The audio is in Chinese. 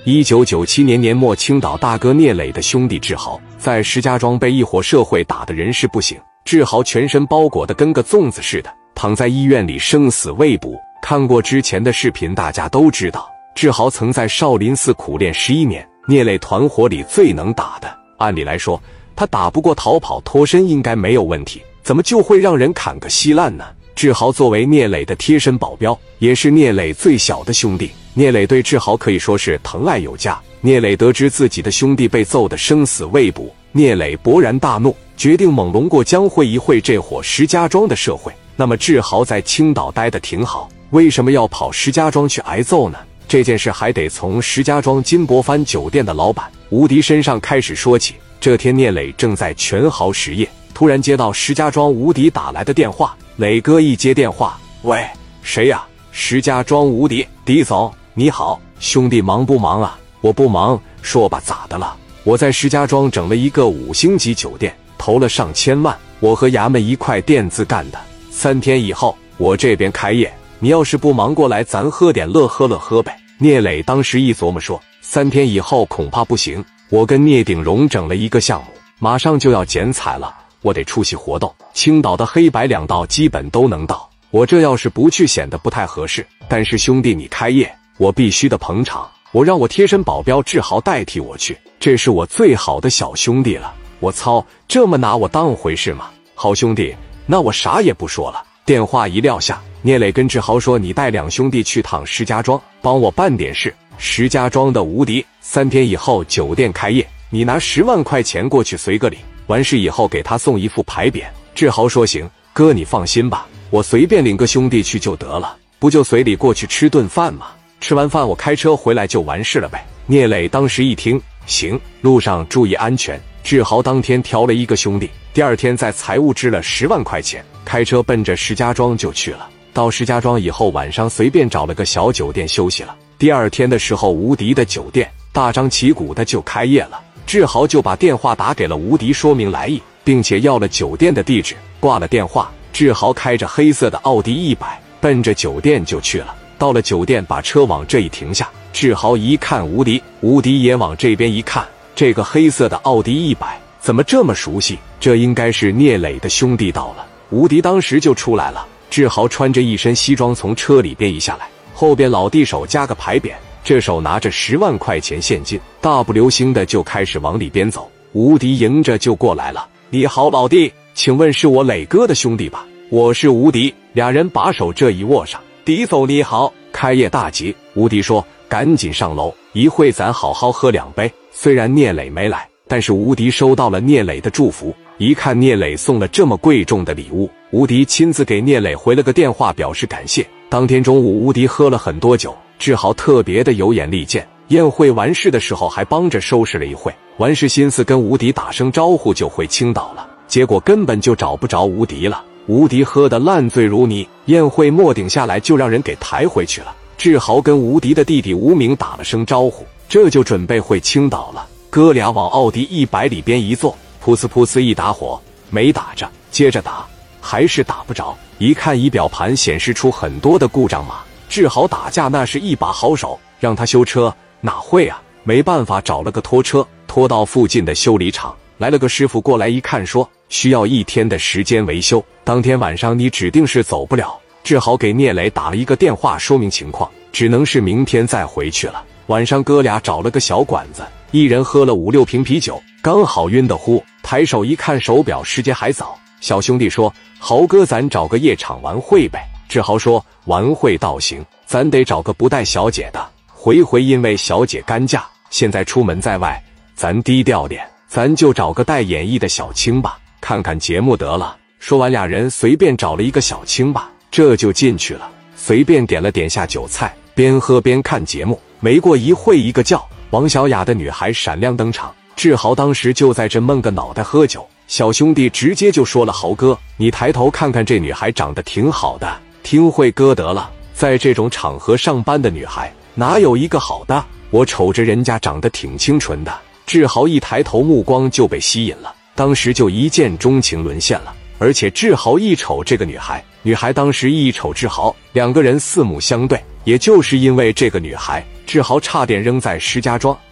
1997年年末，青岛大哥聂磊的兄弟志豪在石家庄被一伙社会打得人事不省，志豪全身包裹得跟个粽子似的，躺在医院里生死未卜。看过之前的视频，大家都知道，志豪曾在少林寺苦练11年，聂磊团伙里最能打的。按理来说，他打不过逃跑脱身应该没有问题，怎么就会让人砍个稀烂呢？志豪作为聂磊的贴身保镖，也是聂磊最小的兄弟，聂磊对志豪可以说是疼爱有加。聂磊得知自己的兄弟被揍得生死未卜，聂磊勃然大怒，决定猛龙过江会一会这伙石家庄的社会。那么志豪在青岛待得挺好，为什么要跑石家庄去挨揍呢？这件事还得从石家庄金箔帆酒店的老板吴迪身上开始说起。这天聂磊正在全豪实业，突然接到石家庄吴迪打来的电话。磊哥一接电话，喂，谁呀？石家庄吴迪，迪总，你好，兄弟忙不忙啊？我不忙，说吧，咋的了？我在石家庄整了一个5星级酒店，投了上千万，我和衙门一块垫资干的。3天以后，我这边开业，你要是不忙过来，咱喝点乐呵乐呵呗。聂磊当时一琢磨说，3天以后恐怕不行，我跟聂鼎荣整了一个项目，马上就要剪彩了。我得出席活动，青岛的黑白两道基本都能到，我这要是不去显得不太合适。但是兄弟你开业，我必须得捧场，我让我贴身保镖志豪代替我去，这是我最好的小兄弟了。我操，这么拿我当回事吗？好兄弟，那我啥也不说了。电话一撂下，聂磊跟志豪说，你带2兄弟去趟石家庄，帮我办点事。石家庄的无敌，3天以后酒店开业，你拿10万块钱过去随个礼，完事以后给他送一副牌匾。志豪说行，哥你放心吧，我随便领个兄弟去就得了，不就随礼过去吃顿饭吗？吃完饭我开车回来就完事了呗。聂磊当时一听，行，路上注意安全。志豪当天挑了一个兄弟，第2天在财务支了10万块钱，开车奔着石家庄就去了。到石家庄以后，晚上随便找了个小酒店休息了。第2天的时候，无敌的酒店大张旗鼓的就开业了。志豪就把电话打给了吴迪，说明来意，并且要了酒店的地址。挂了电话，志豪开着黑色的奥迪100，奔着酒店就去了。到了酒店，把车往这一停下，志豪一看吴迪，吴迪也往这边一看，这个黑色的奥迪100怎么这么熟悉？这应该是聂磊的兄弟到了。吴迪当时就出来了，志豪穿着一身西装从车里边一下来，后边老弟手加个牌匾，这手拿着10万块钱现金，大步流星的就开始往里边走。吴迪迎着就过来了，你好老弟，请问是我磊哥的兄弟吧？我是吴迪。俩人把手这一握上，迪总你好，开业大吉。吴迪说赶紧上楼，一会咱好好喝2杯。虽然聂磊没来，但是吴迪收到了聂磊的祝福。一看聂磊送了这么贵重的礼物，吴迪亲自给聂磊回了个电话表示感谢。当天中午吴迪喝了很多酒，志豪特别的有眼力见，宴会完事的时候还帮着收拾了一会，完事心思跟吴迪打声招呼就回青岛了，结果根本就找不着吴迪了。吴迪喝得烂醉如泥，宴会末顶下来就让人给抬回去了。志豪跟吴迪的弟弟吴明打了声招呼，这就准备回青岛了。哥俩往奥迪100里边一坐，噗呲噗呲一打火，没打着，接着打，还是打不着。一看仪表盘显示出很多的故障码，志豪打架那是一把好手，让他修车哪会啊？没办法，找了个拖车，拖到附近的修理厂，来了个师傅过来一看，说需要1天的时间维修，当天晚上你指定是走不了。志豪给聂磊打了一个电话说明情况，只能是明天再回去了。晚上哥俩找了个小馆子，一人喝了5、6瓶啤酒，刚好晕得乎。抬手一看手表，时间还早。小兄弟说，豪哥咱找个夜场玩会呗。志豪说，玩会倒行，咱得找个不带小姐的，回因为小姐干架，现在出门在外，咱低调点，咱就找个带演绎的小青吧，看看节目得了。说完，俩人随便找了一个小青吧，这就进去了，随便点下酒菜，边喝边看节目。没过一会，一个叫王小雅的女孩闪亮登场，志豪当时就在这闷个脑袋喝酒，小兄弟直接就说了，豪哥你抬头看看，这女孩长得挺好的，听会歌得了，在这种场合上班的女孩哪有一个好的？我瞅着人家长得挺清纯的。志豪一抬头，目光就被吸引了，当时就一见钟情沦陷了。而且志豪一瞅这个女孩，女孩当时一瞅志豪，两个人四目相对， 也就是因为这个女孩，志豪差点扔在石家庄。